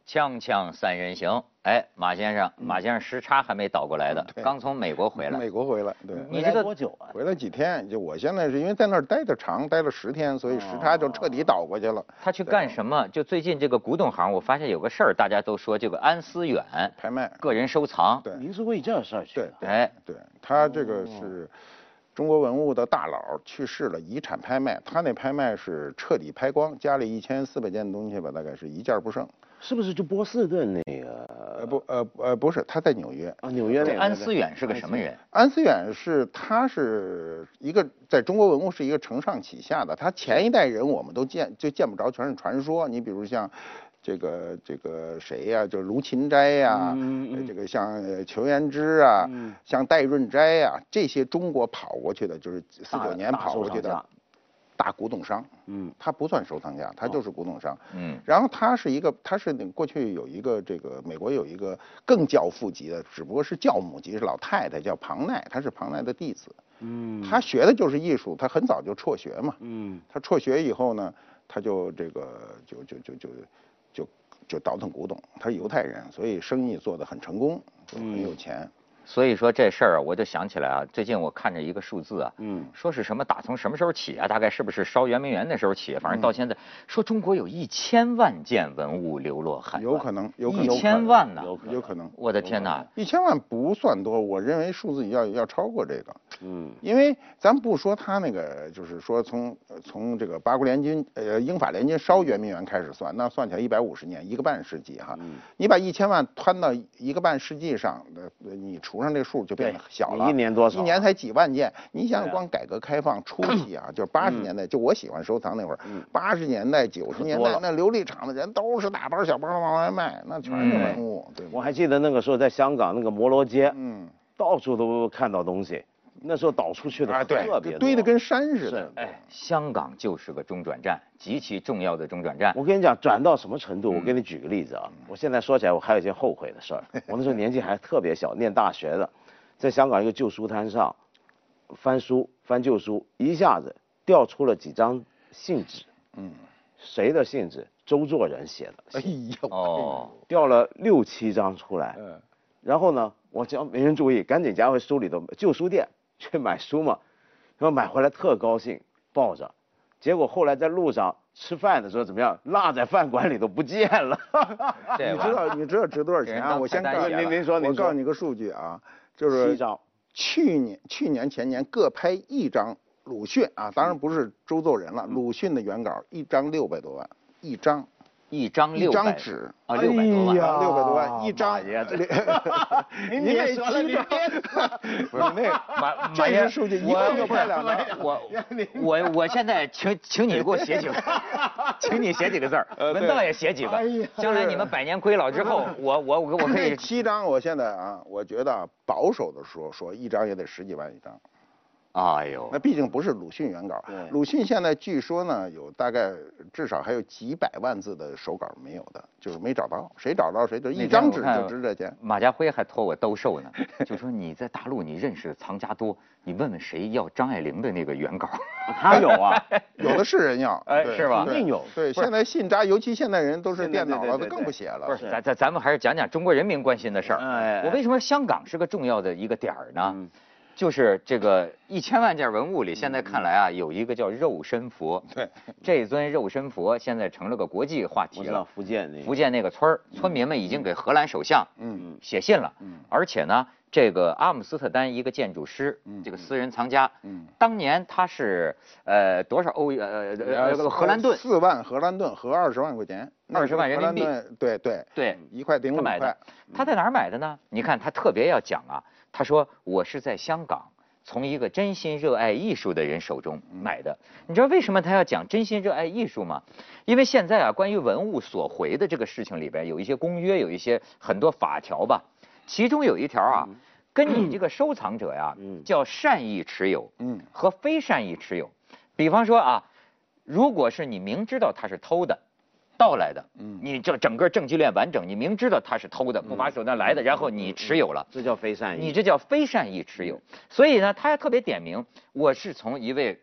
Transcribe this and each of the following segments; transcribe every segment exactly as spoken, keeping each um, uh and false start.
锵锵三人行，哎，马先生，马先生时差还没倒过来的， 嗯、 刚从美国回来。 美国回来，对。 你这个多久啊？ 回来几天？就我现在是因为在那儿待的长，待了十天，所以时差就彻底倒过去了。 他去干什么？就最近这个古董行，我发现有个事儿，大家都说这个安思远拍卖， 个人收藏。 对， 您是为这事儿去的？ 对， 哎， 对他这个是。中国文物的大佬去世了，遗产拍卖，他那拍卖是彻底拍光，家里一千四百件东西吧，大概是一件不剩。 是不是就波士顿那个？ 呃不呃呃不是，他在纽约啊，纽约那个。安思远是个什么人？ 安思远是他是一个在中国文物是一个承上启下的，他前一代人我们都见就见不着，全是传说。你比如像。这个这个谁呀、啊？就是卢芹斋呀、啊，嗯嗯、这个像裘延之啊，嗯、像戴润斋呀、啊，这些中国跑过去的，就是四九年跑过去的大古董商。嗯，他不算收藏家，他就是古董商。嗯，然后他是一个，他是过去有一个这个美国有一个更教父级的，只不过是教母级，是老太太叫庞奈，她是庞奈的弟子。嗯，他学的就是艺术，他很早就辍学嘛。嗯，他辍学以后呢，他就这个就就就就。就就倒腾古董，他是犹太人，所以生意做得很成功，很有钱。嗯、 所以说这事儿啊，我就想起来啊，最近我看着一个数字啊，嗯，说是什么打从什么时候起啊？大概是不是烧圆明园那时候起？反正到现在，嗯、说中国有一千万件文物流落海外， 有可能，有可能， 一千万呢， 有有可能。 我的天哪， 一千万不算多，我认为数字要要超过这个。嗯，因为咱不说他那个，就是说从从这个八国联军呃英法联军烧圆明园开始算，那算起来一百五十年，一个半世纪哈。嗯、你把一千万摊到一个半世纪上，呃，你除上这数就变得小了。 一年多少？ 一年才几万件。你想想，光改革开放初期啊，就是八十年代，就我喜欢收藏那会儿，八十年代、九十年代，那琉璃厂的人都是大包小包往外卖，那全是文物。对， 我还记得那个时候在香港那个摩罗街，嗯，到处都看到东西。那时候倒出去的特别多， 堆得跟山似的。 哎，香港就是个中转站，极其重要的中转站。 我跟你讲，转到什么程度？我给你举个例子啊。我现在说起来，我还有一件后悔的事儿。我那时候年纪还特别小，念大学的，在香港一个旧书摊上翻书，翻旧书，一下子掉出了几张信纸。嗯，谁的信纸？周作人写的。 哎呦， 哦，掉了六七张出来。嗯，然后呢，我叫没人注意，赶紧夹回书里头，旧书店。去买书嘛，然后买回来特高兴，抱着，结果后来在路上吃饭的时候怎么样，落在饭馆里都不见了。 你知道你知道值多少钱啊？我先告诉您，您说， 我告诉你个数据啊，就是去年去年前年各拍一张鲁迅啊，当然不是周作人了，鲁迅的原稿一张六百多万，一张。 一张六百，一张纸啊，六百多万， 六百多万一张。 您别说了，你别不是那马这是数据，一个就拍两张。 我我我现在请请你给我写几个，请你写几个字儿，文道也写几个。将来你们百年归老之后，我我我我可以七张。我现在啊，我觉得保守的说说一张也得十几万一张。 哎呦， 那毕竟不是鲁迅原稿。鲁迅现在据说呢，有大概至少还有几百万字的手稿没有的，就是没找到，谁找到谁就一张纸就值这钱。 马家辉还托我兜售呢，就说你在大陆你认识藏家多，你问问谁要张爱玲的那个原稿。 他有啊， 有的是人要， 哎，是吧？ 一定有。 对，现在信札，尤其现在人都是电脑了，都更不写了。 不是，咱咱咱们还是讲讲中国人民关心的事儿。哎，我为什么香港是个重要的一个点儿呢？就是这个一千万件文物里，现在看来啊，有一个叫肉身佛。 对， 这尊肉身佛现在成了个国际话题了。 福建那福建那个村儿，村民们已经给荷兰首相嗯写信了。嗯，而且呢，这个阿姆斯特丹一个建筑师，这个私人藏家，嗯，当年他是呃多少欧呃呃荷兰盾四万荷兰盾合二十万块钱， 二十万人民币。 对对对， 一块顶五块。 他在哪儿买的呢？你看他特别要讲啊。他说：“我是在香港从一个真心热爱艺术的人手中买的。你知道为什么他要讲真心热爱艺术吗？因为现在啊，关于文物索回的这个事情里边有一些公约，有一些很多法条吧。其中有一条啊，跟你这个收藏者呀，叫善意持有，嗯，和非善意持有。比方说啊，如果是你明知道他是偷的。”盗来的，嗯，你这整个证据链完整，你明知道他是偷的，不法手段来的，然后你持有了， 这叫非善意， 你这叫非善意持有。所以呢，他还特别点名，我是从一位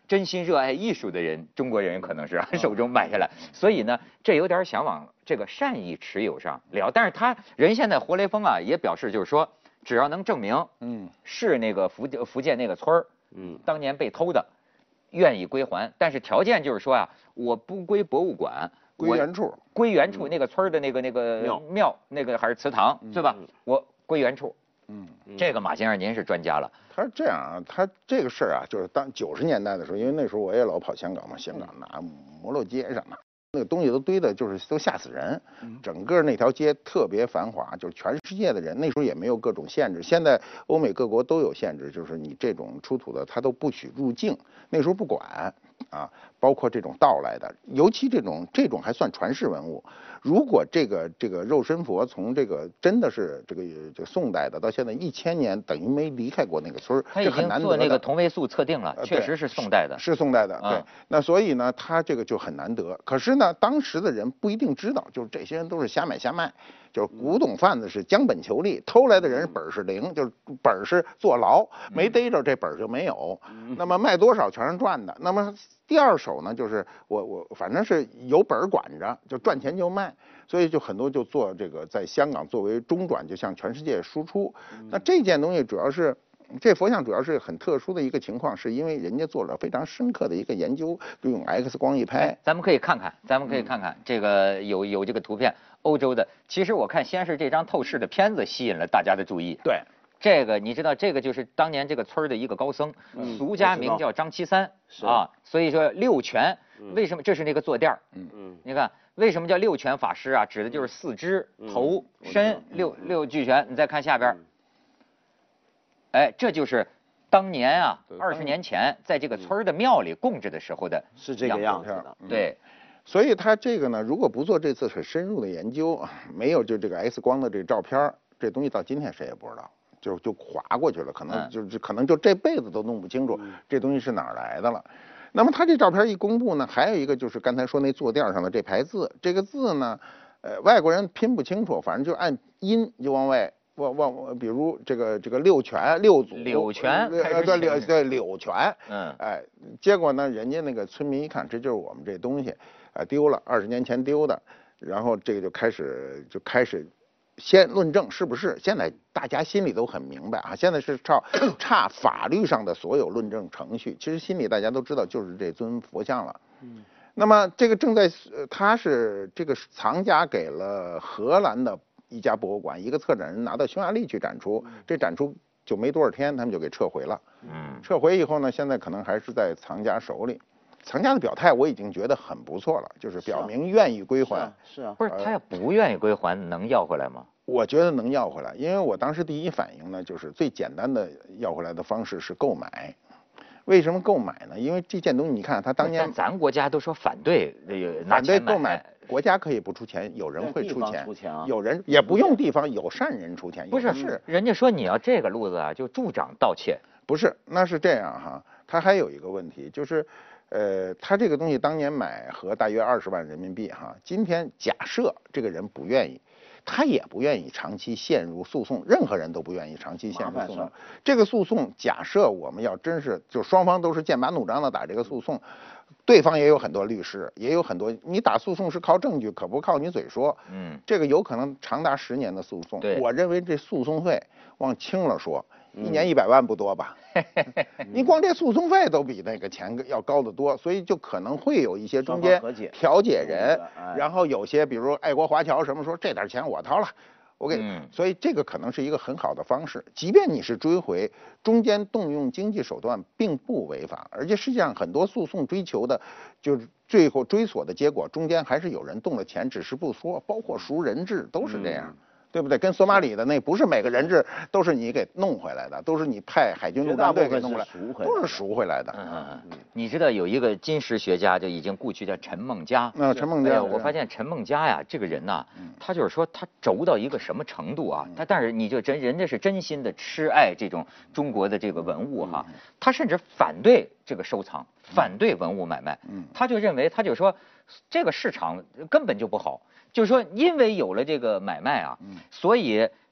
真心热爱艺术的人，中国人可能是手中买下来，所以呢，这有点想往这个善意持有上聊。但是他人现在活雷锋啊也表示，就是说，只要能证明，嗯，是那个福福建那个村儿，嗯，当年被偷的，愿意归还，但是条件就是说啊，我不归博物馆。 归原处， 归原处那个村的那个那个庙庙那个还是祠堂，对吧？我归原处。嗯，这个马先生您是专家了。 他是这样啊，他这个事儿啊，就是当九十年代的时候，因为那时候我也老跑香港嘛，香港那摩洛街上嘛，那个东西都堆的，就是都吓死人。整个那条街特别繁华，就是全世界的人，那时候也没有各种限制。现在欧美各国都有限制，就是你这种出土的，他都不许入境。那时候不管。啊，包括这种盗来的，尤其这种这种还算传世文物。如果这个这个肉身佛从这个真的是这个这个宋代的，到现在一千年，等于没离开过那个村儿， 这很难得的。做那个同位素测定了，确实是宋代的， 是宋代的。对，那所以呢，他这个就很难得。可是呢，当时的人不一定知道，就是这些人都是瞎买瞎卖。就是古董贩子是将本求利，偷来的人本是零，就是本是坐牢，没逮着这本就没有。那么卖多少全是赚的。那么第二手呢，就是我我反正是有本管着，就赚钱就卖，所以就很多就做这个在香港作为中转，就向全世界输出。那这件东西主要是。这佛像主要是很特殊的一个情况，是因为人家做了非常深刻的一个研究，就用 X 光一拍。 咱们可以看看，咱们可以看看、嗯、这个有有这个图片，欧洲的。其实我看先是这张透视的片子吸引了大家的注意。 对， 这个你知道，这个就是当年这个村的一个高僧，嗯、俗家名叫张七三啊，所以说六拳。为什么这是那个坐垫儿？嗯嗯，你看为什么叫六拳法师啊？指的就是四肢、头、身六六俱全。你再看下边。哎，这就是当年啊，二十年前在这个村的庙里供着的时候的， 是这个样子的。 对， 所以他这个呢，如果不做这次很深入的研究，没有就这个 X 光的这个照片，这东西到今天谁也不知道，就就划过去了，可能就就可能就这辈子都弄不清楚这东西是哪儿来的了。那么他这照片一公布呢，还有一个就是刚才说那坐垫上的这排字，这个字呢，呃，外国人拼不清楚，反正就按音就往外。往往比如这个这个六泉六祖柳泉呃对柳对柳泉嗯哎，结果呢人家那个村民一看这就是我们这东西啊丢了二十年前丢的，然后这个就开始就开始先论证是不是，现在大家心里都很明白啊，现在是差差法律上的所有论证程序，其实心里大家都知道就是这尊佛像了。嗯，那么这个正在他是这个藏家给了荷兰的。一家博物馆，一个策展人拿到匈牙利去展出，这展出就没多少天，他们就给撤回了。嗯，撤回以后呢，现在可能还是在藏家手里。藏家的表态我已经觉得很不错了，就是表明愿意归还。 是啊， 不是他要不愿意归还，能要回来吗？ 我觉得能要回来，因为我当时第一反应呢，就是最简单的要回来的方式是购买。为什么购买呢？因为这件东西，你看他当年咱国家都说反对这个反对购买。国家可以不出钱，有人会出钱，有人也不用地方有善人出钱。 不是，是人家说你要这个路子啊，就助长盗窃。 不是，那是这样哈。他还有一个问题，就是，呃，他这个东西当年买合大约二十万人民币哈。今天假设这个人不愿意，他也不愿意长期陷入诉讼，任何人都不愿意长期陷入诉讼。这个诉讼，假设我们要真是就双方都是剑拔弩张的打这个诉讼。对方也有很多律师，也有很多，你打诉讼是靠证据，可不靠你嘴说。嗯，这个有可能长达十年的诉讼。 对， 我认为这诉讼费往轻了说，一年一百万不多吧？你光这诉讼费都比那个钱要高得多，所以就可能会有一些中间调解人，然后有些比如爱国华侨什么说这点钱我掏了。我给，嗯、所以这个可能是一个很好的方式。即便你是追回，中间动用经济手段并不违法，而且实际上很多诉讼追求的，就是最后追索的结果，中间还是有人动了钱，只是不说。包括赎人质都是这样。嗯，对不对？跟索马里的那不是每个人质都是你给弄回来的，都是你派海军陆战队给弄回来，都是赎回来的。 嗯嗯，你知道有一个金石学家就已经故去叫陈梦家。 那陈梦家， 我发现陈梦家呀，这个人呐，他就是说他轴到一个什么程度啊？他但是你就真人家是真心的痴爱这种中国的这个文物哈，他甚至反对这个收藏，反对文物买卖。嗯，他就认为他就说这个市场根本就不好。就是说，因为有了这个买卖啊，所以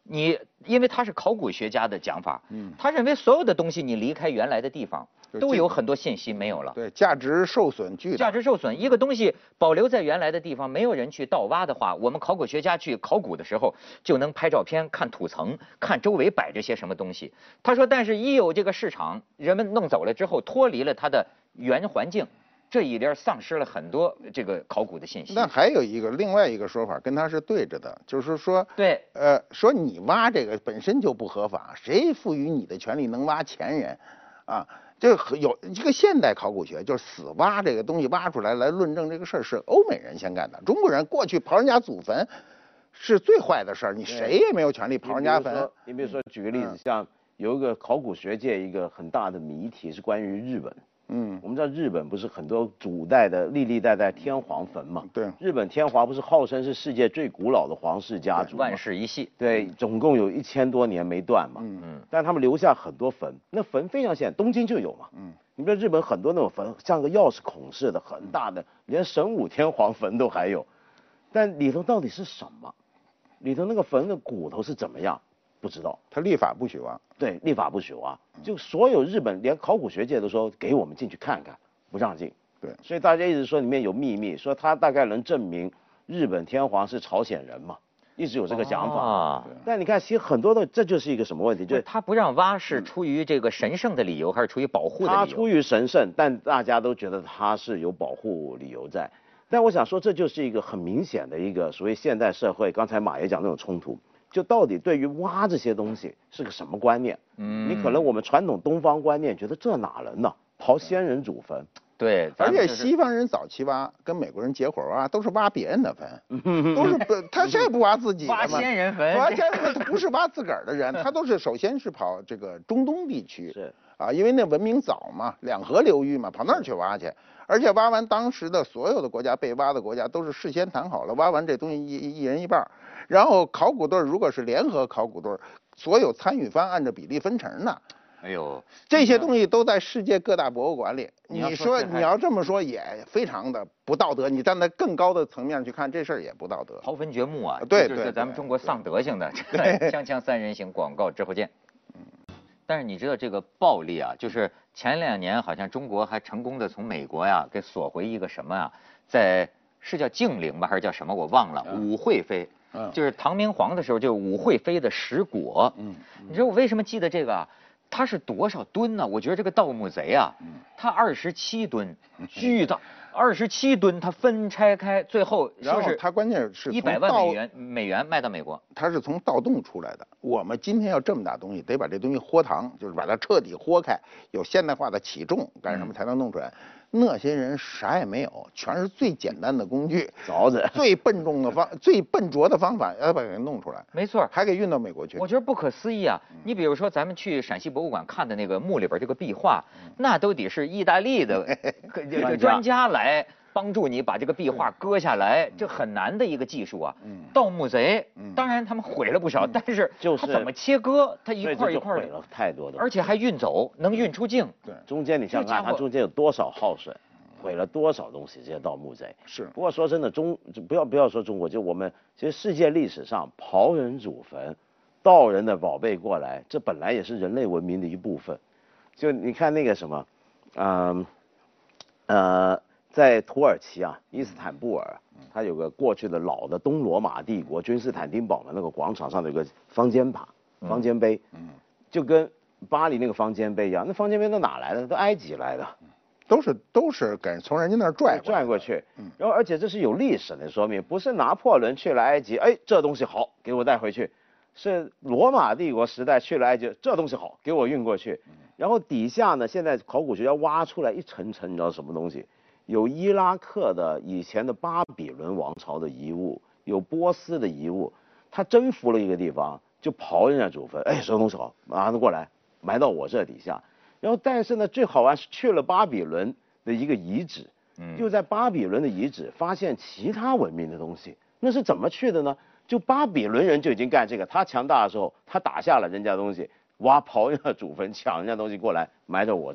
你因为他是考古学家的讲法，嗯，他认为所有的东西你离开原来的地方，都有很多信息没有了， 对，价值受损巨大。 价值受损，一个东西保留在原来的地方，没有人去盗挖的话，我们考古学家去考古的时候，就能拍照片、看土层、看周围摆着些什么东西。他说，但是一有这个市场，人们弄走了之后，脱离了它的原环境。这一点丧失了很多这个考古的信息。 那还有一个另外一个说法，跟他是对着的，就是说， 对， 呃，说你挖这个本身就不合法，谁赋予你的权利能挖前人？啊，这有这个现代考古学就是死挖这个东西挖出来来论证这个事儿，是欧美人先干的。中国人过去刨人家祖坟是最坏的事儿，你谁也没有权利刨人家坟。 你比如说，举个例子，像有一个考古学界一个很大的谜题是关于日本。嗯，我们知道日本不是很多古代的历历代代天皇坟嘛？对，日本天皇不是号称是世界最古老的皇室家族， 万世一系。 对，总共有一千多年没断嘛。嗯嗯。但他们留下很多坟，那坟非常现，东京就有嘛。嗯。你比如日本很多那种坟，像个钥匙孔似的，很大的，连神武天皇坟都还有，但里头到底是什么？里头那个坟的骨头是怎么样？不知道， 他立法不许挖。 对，立法不许挖，就所有日本连考古学界都说给我们进去看看，不让进。 对， 所以大家一直说里面有秘密，说他大概能证明日本天皇是朝鲜人嘛，一直有这个讲法。啊、但你看，其实很多的这就是一个什么问题？就是他不让挖是出于这个神圣的理由，还是出于保护的理由？ 他出于神圣，但大家都觉得他是有保护理由在。但我想说，这就是一个很明显的一个所谓现代社会，刚才马爷讲那种冲突。就到底对于挖这些东西是个什么观念？嗯，你可能我们传统东方观念觉得这哪能呢？刨先人祖坟。 对， 而且西方人早期挖跟美国人结伙挖都是挖别人的坟，都是不他谁也不挖自己的嘛。 挖先人坟， 挖先人坟不是挖自个儿的人，他都是首先是跑这个中东地区， 是啊，因为那文明早嘛，两河流域嘛，跑那儿去挖去。而且挖完当时的所有的国家被挖的国家都是事先谈好了，挖完这东西一一人一半。然后考古队如果是联合考古队，所有参与方按照比例分成的。 哎呦， 这些东西都在世界各大博物馆里。你说你要这么说也非常的不道德，你站在更高的层面去看这事儿也不道德。 刨坟掘墓啊， 对对，就是咱们中国丧德性的。锵锵三人行，广告之后见。但是你知道这个暴力啊，就是前两年好像中国还成功的从美国呀给索回一个什么啊，在是叫静陵吧还是叫什么我忘了，武惠妃。嗯，就是唐明皇的时候，就武惠妃的石椁。嗯，你知道我为什么记得这个啊？它是多少吨呢？我觉得这个盗墓贼啊，他二十七吨，巨大，二十七吨，他分拆开，最后然后他关键是一百万美元美元卖到美国， 他是从盗洞出来的。我们今天要这么大东西，得把这东西豁膛，就是把它彻底豁开，有现代化的起重，干什么才能弄出来？那些人啥也没有，全是最简单的工具， 凿子， 最笨重的方，最笨拙的方法，要把它弄出来。 没错， 还给运到美国去。 我觉得不可思议啊！你比如说，咱们去陕西博物馆看的那个墓里边这个壁画，那都得是意大利的专家来帮助你把这个壁画割下来，这很难的一个技术啊。盗墓贼，当然他们毁了不少，但是他怎么切割，他一块一块毁了太多的， 而且还运走，能运出境。 对， 中间你想想看，它中间有多少耗损，毁了多少东西，这些盗墓贼。 是。 不过说真的，中不要不要说中国，就我们其实世界历史上刨人祖坟、盗人的宝贝过来，这本来也是人类文明的一部分。就你看那个什么，嗯，呃。在土耳其啊，伊斯坦布尔，它有个过去的老的东罗马帝国君士坦丁堡的那个广场上有个方尖塔、方尖碑，嗯，就跟巴黎那个方尖碑一样。那方尖碑都哪来的？都埃及来的， 都是都是给从人家那儿拽拽过去。然后而且这是有历史的说明，不是拿破仑去了埃及，哎，这东西好，给我带回去。是罗马帝国时代去了埃及，这东西好，给我运过去。然后底下呢，现在考古学家挖出来一层层，你知道什么东西？有伊拉克的以前的巴比伦王朝的遗物，有波斯的遗物。他征服了一个地方，就刨人家祖坟，哎，什么东西好，马上过来埋到我这底下。然后，但是呢，最好玩是去了巴比伦的一个遗址，嗯，又在巴比伦的遗址发现其他文明的东西。那是怎么去的呢？就巴比伦人就已经干这个，他强大的时候，他打下了人家东西，挖刨人家祖坟，抢人家东西过来埋到我这儿。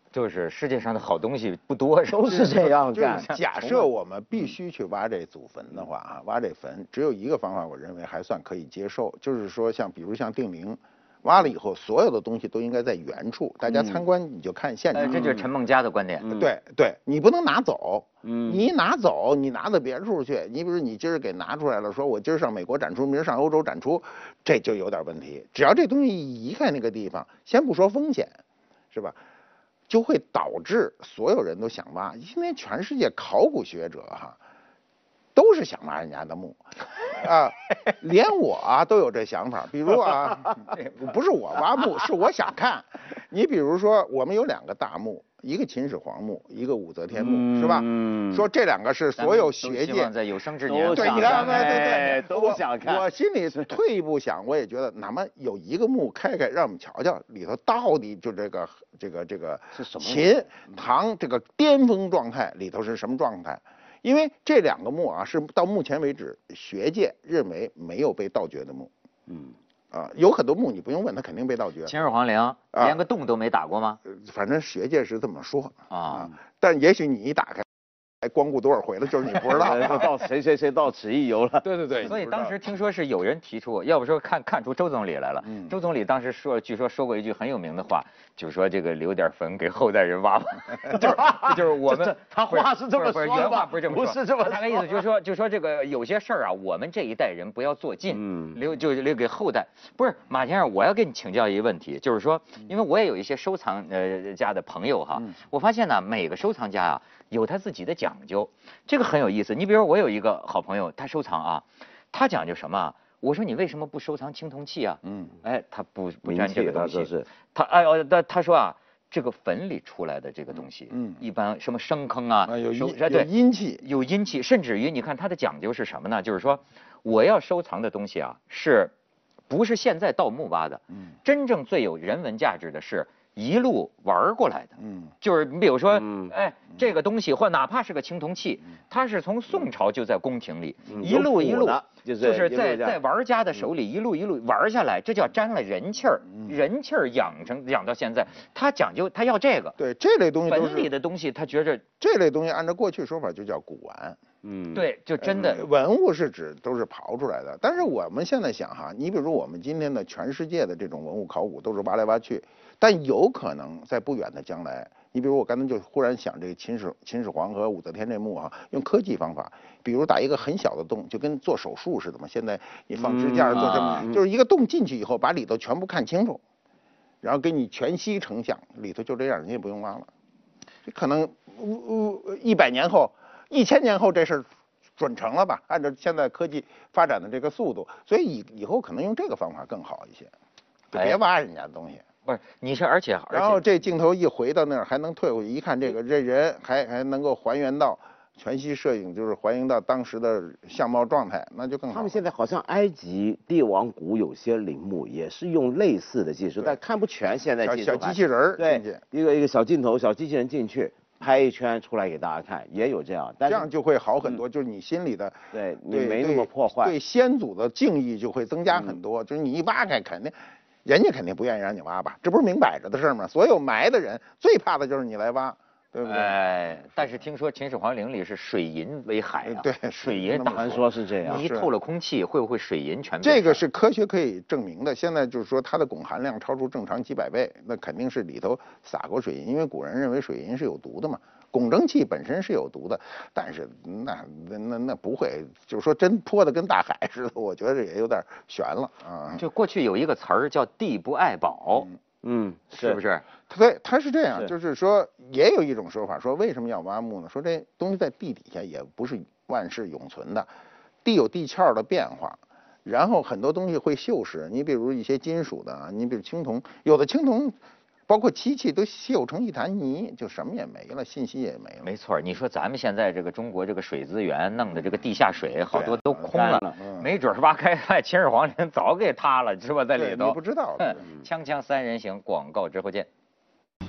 就是世界上的好东西不多， 都是这样干。 假设我们必须去挖这祖坟的话啊，挖这坟只有一个方法，我认为还算可以接受，就是说像比如像定陵。挖了以后，所有的东西都应该在原处，大家参观你就看现场。 这就是陈梦家的观点。 对对，你不能拿走， 嗯， 你一拿走，你拿到别处去，你比如你今儿给拿出来了，说我今儿上美国展出，明儿上欧洲展出，这就有点问题。只要这东西一移开那个地方，先不说风险，是吧？就会导致所有人都想挖。今天全世界考古学者哈，都是想挖人家的墓。啊，连我啊都有这想法。比如啊，不是我挖墓，是我想看。你比如说，我们有两个大墓，一个秦始皇墓，一个武则天墓，嗯、是吧？嗯。说这两个是所有学界在有生之年对，你看，对对对， 都想看。 我心里退一步想，我也觉得，哪怕有一个墓开开，让我们瞧瞧里头到底就这个这个这个是什么秦唐这个巅峰状态里头是什么状态。因为这两个墓啊，是到目前为止学界认为没有被盗掘的墓。嗯，啊，有很多墓你不用问，它肯定被盗掘。 秦始皇陵连个洞都没打过吗？ 反正学界是这么说啊，但也许你一打开，还光顾多少回了，就是你不知道。 到谁谁谁到此一游了。 对对对。 所以当时听说是有人提出，要不说看看出周总理来了。嗯。周总理当时说，据说说过一句很有名的话，就是说这个留点坟给后代人挖吧。就是就是我们他话是这么说的， 原话不是这么说， 不是这么说。 大概意思就是说，就说这个有些事儿啊，我们这一代人不要做尽，嗯，留就留给后代。不是马先生，我要跟你请教一个问题，就是说，因为我也有一些收藏呃家的朋友哈，我发现呢，每个收藏家啊有他自己的讲究。这个很有意思，你比如我有一个好朋友，他收藏啊，他讲究什么？我说你为什么不收藏青铜器啊？嗯，哎，他不不沾这个东西， 是他哎呦，他他说啊，这个坟里出来的这个东西，嗯，一般什么深坑啊， 有阴有阴气， 有阴气，甚至于你看他的讲究是什么呢？就是说我要收藏的东西啊，是不是现在盗墓挖的？嗯，真正最有人文价值的是。一路玩过来的，嗯，就是你比如说，嗯、哎，这个东西或哪怕是个青铜器，嗯、它是从宋朝就在宫廷里、嗯、一路一路， 就是就是在在玩家的手里一路一路玩下来，这叫沾了人气儿，嗯、人气儿养成养到现在，他讲究他要这个， 对这类东西， 坟里的东西他觉着这类东西按照过去说法就叫古玩。 嗯，对，就真的、 呃、文物是指都是刨出来的，但是我们现在想哈，你比如说我们今天的全世界的这种文物考古都是挖来挖去，但有可能在不远的将来，你比如我刚才就忽然想这个秦始秦始皇和武则天这墓啊，用科技方法，比如打一个很小的洞，就跟做手术似的嘛。现在你放支架做什么，嗯啊、就是一个洞进去以后，把里头全部看清楚，然后给你全息成像，里头就这样，你也不用挖了。这可能一百年后。一千年后这事儿准成了吧？按照现在科技发展的这个速度，所以以以后可能用这个方法更好一些，就别挖人家的东西。 不是，你是而且然后这镜头一回到那儿，还能退回去一看，这个这人还还能够还原到全息摄影，就是还原到当时的相貌状态，那就更好。 他们现在好像埃及帝王谷有些陵墓也是用类似的技术，但看不全。现在技术小小机器人儿对，一个一个小镜头，小机器人进去。拍一圈出来给大家看，也有这样，但这样就会好很多。嗯、就是你心里的， 对你没那么破坏， 对先祖的敬意就会增加很多。嗯、就是你一挖开，肯定人家肯定不愿意让你挖吧，这不是明摆着的事吗？所有埋的人最怕的就是你来挖，对不对？ 哎，但是听说秦始皇陵里是水银为海啊， 对， 水银传说是这样。 你一透了空气，会不会水银全？ 这个是科学可以证明的。现在就是说它的汞含量超出正常几百倍，那肯定是里头撒过水银，因为古人认为水银是有毒的嘛。汞蒸气本身是有毒的，但是那那那那不会，就是说真泼的跟大海似的，我觉得也有点悬了啊。 就过去有一个词儿叫地不爱宝，嗯，是不是？ 对，它是这样，就是说也有一种说法，说为什么要挖墓呢？说这东西在地底下也不是万世永存的，地有地壳的变化，然后很多东西会锈蚀。你比如一些金属的，你比如青铜，有的青铜。包括漆器都锈成一滩泥，就什么也没了，信息也没了。 没错，你说咱们现在这个中国这个水资源弄的这个地下水好多都空了，嗯、没准挖开来秦始皇陵早给塌了，是吧？在里头你不知道。 锵锵三人行，广告之后见。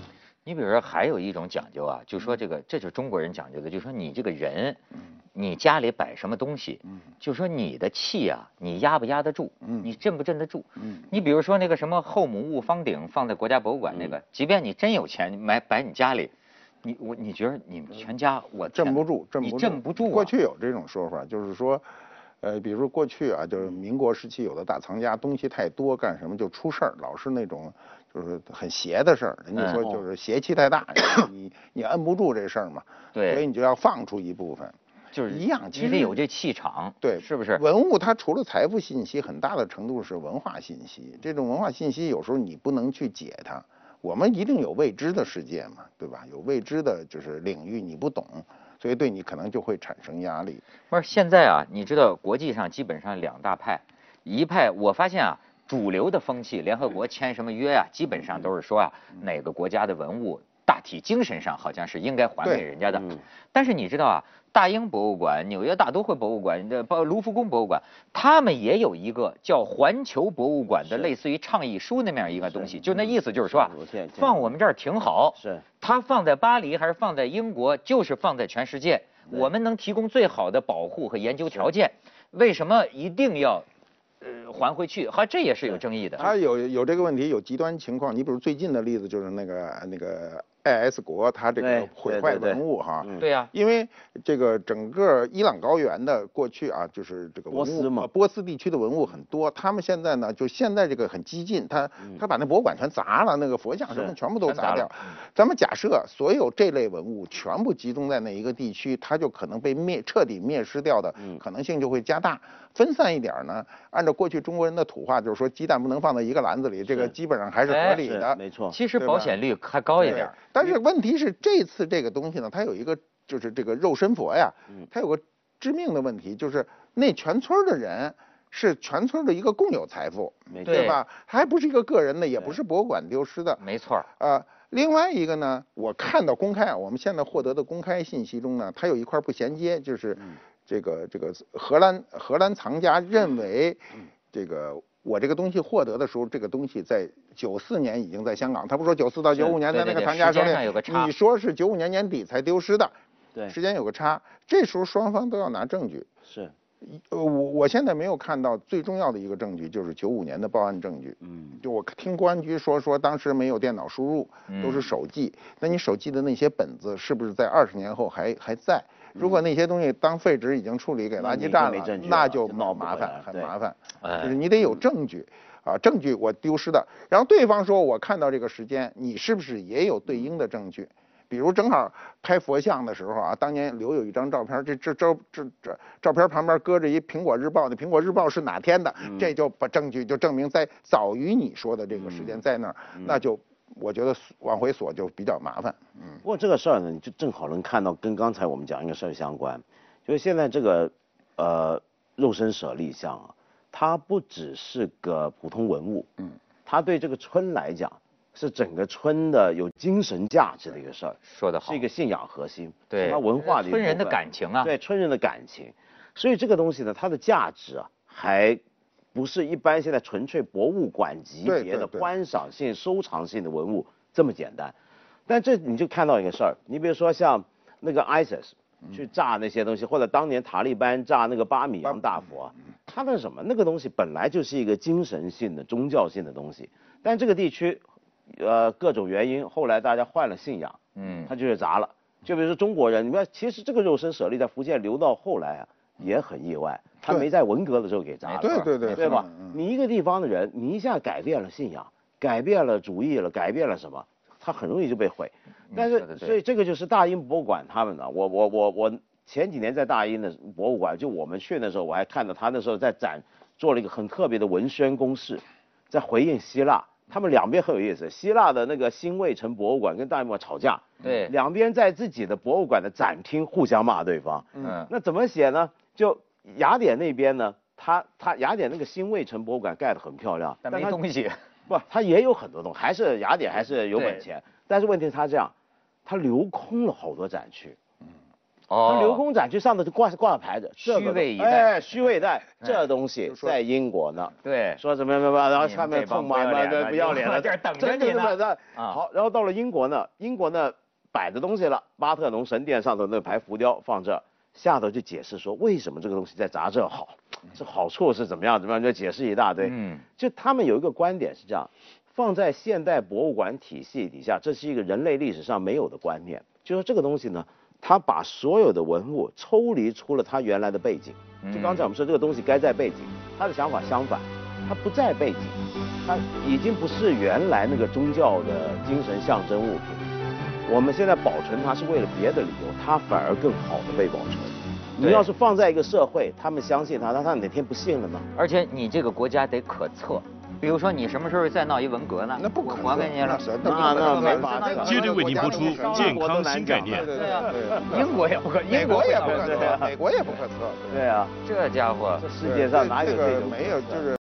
你比如说还有一种讲究啊，就说这个这就是中国人讲究的，就说你这个人，你家里摆什么东西，就说你的气啊，你压不压得住，你镇不镇得住。你比如说那个什么后母戊方鼎放在国家博物馆那个，即便你真有钱，买摆你家里。你我你觉得你们全家我镇不住，镇不住， 你镇不住、啊。 过去有这种说法，就是说，呃，比如说过去啊，就是民国时期有的大藏家东西太多，干什么就出事儿，老是那种就是很邪的事儿。人家说就是邪气太大，嗯、你你摁不住这事儿嘛， 对， 所以你就要放出一部分。 就是一样，其实你得有这气场， 对， 是不是？ 文物它除了财富信息，很大的程度是文化信息。这种文化信息有时候你不能去解它。我们一定有未知的世界嘛，对吧？有未知的就是领域你不懂，所以对你可能就会产生压力。 不是现在啊，你知道国际上基本上两大派，一派我发现啊，主流的风气，联合国签什么约啊，基本上都是说啊，哪个国家的文物大体精神上好像是应该还给人家的。但是你知道啊，大英博物馆、纽约大都会博物馆、的包卢浮宫博物馆，他们也有一个叫环球博物馆的类似于倡议书那么样一个东西，就那意思就是说啊，放我们这儿挺好，是它放在巴黎还是放在英国，就是放在全世界，我们能提供最好的保护和研究条件，为什么一定要？呃，还回去，哈，这也是有争议的。 它有有这个问题，有极端情况。你比如最近的例子就是那个那个 I S 国，它这个毁坏文物哈。 对呀。 因为这个整个伊朗高原的过去啊，就是这个文物波斯嘛， 波斯地区的文物很多。他们现在呢，就现在这个很激进，他他把那博物馆全砸了，那个佛像什么全部都砸掉。咱们假设所有这类文物全部集中在那一个地区，它就可能被灭彻底灭失掉的可能性就会加大。分散一点呢，按照过去中国人的土话，就是说鸡蛋不能放在一个篮子里，这个基本上还是合理的， 没错。 其实保险率还高一点。 但是问题是这次这个东西呢，它有一个就是这个肉身佛呀，它有个致命的问题，就是那全村的人是全村的一个共有财富，对吧？还不是一个个人的，也不是博物馆丢失的， 没错。 呃，另外一个呢，我看到公开啊，我们现在获得的公开信息中呢，它有一块不衔接，就是。这个这个荷兰荷兰藏家认为，这个我这个东西获得的时候，这个东西在九四年已经在香港。他不说九四到九五年在那个藏家手里，你说是九五年年底才丢失的， 对， 时间有个差。这时候双方都要拿证据。 是， 呃，我我现在没有看到最重要的一个证据，就是九五年的报案证据。 嗯， 就我听公安局说说当时没有电脑输入，都是手记。那你手记的那些本子是不是在二十年后还还在？如果那些东西当废纸已经处理给垃圾站了，那就闹麻烦，很麻烦。就是你得有证据啊，证据我丢失的。然后对方说我看到这个时间，你是不是也有对应的证据？比如正好拍佛像的时候啊，当年留有一张照片，这这这这这照片旁边搁着一苹果日报，那苹果日报是哪天的？这就把证据就证明在早于你说的这个时间在那儿，那就。我觉得往回锁就比较麻烦，嗯。 不过这个事儿呢，你就正好能看到跟刚才我们讲一个事儿相关，就是现在这个呃肉身舍利像啊，它不只是个普通文物，嗯，它对这个村来讲是整个村的有精神价值的一个事儿， 说得好， 是一个信仰核心， 对， 它文化的村人的感情啊， 对村人的感情，所以这个东西呢，它的价值啊还。不是一般现在纯粹博物馆级别的观赏性、收藏性的文物这么简单，但这你就看到一个事儿，你比如说像那个 I S I S 去炸那些东西，或者当年塔利班炸那个巴米扬大佛，它那什么那个东西本来就是一个精神性的、宗教性的东西，但这个地区，呃各种原因，后来大家换了信仰，嗯，它就是砸了。就比如说中国人，你看其实这个肉身舍利在福建留到后来啊。也很意外，他没在文革的时候给砸了， 对对对， 对吧？你一个地方的人，你一下改变了信仰，改变了主义了，改变了什么，他很容易就被毁。但是，所以这个就是大英博物馆他们呢，我我我我前几年在大英的博物馆，就我们去的时候，我还看到他那时候在展做了一个很特别的文宣攻势，在回应希腊。他们两边很有意思，希腊的那个新卫城博物馆跟大英博物馆吵架， 对， 两边在自己的博物馆的展厅互相骂对方。嗯，那怎么写呢？就雅典那边呢，它它雅典那个新卫城博物馆盖得很漂亮， 但没东西。 不，它也有很多东西，还是雅典还是有本钱。但是问题是它这样，它留空了好多展区。嗯， 哦， 他留公展去上头就挂挂牌子，这个虚位以待哎，虚位以待，这东西在英国呢。 对， 说什么什么，然后下面碰嘛，那不要脸了， 这儿等着你呢。 好，然后到了英国呢，英国呢摆着东西了，巴特农神殿上头那排浮雕放这儿，下头就解释说为什么这个东西在咱这好，这好处是怎么样怎么样，就解释一大堆。嗯，就他们有一个观点是这样，放在现代博物馆体系底下，这是一个人类历史上没有的观念，就是这个东西呢。他把所有的文物抽离出了他原来的背景，就刚才我们说这个东西该在背景，他的想法相反，他不在背景，他已经不是原来那个宗教的精神象征物品，我们现在保存它是为了别的理由，它反而更好的被保存。你要是放在一个社会，他们相信他，那他哪天不信了呢？ 而且你这个国家得可测。比如说你什么时候再闹一文革呢？ 那不可还给你了， 那那没法。 接着为您播出健康新概念。 对啊，英国也不可， 英国也不可测，美国也不可测。 对啊， 这家伙， 这世界上哪有这种？ 没有，就是。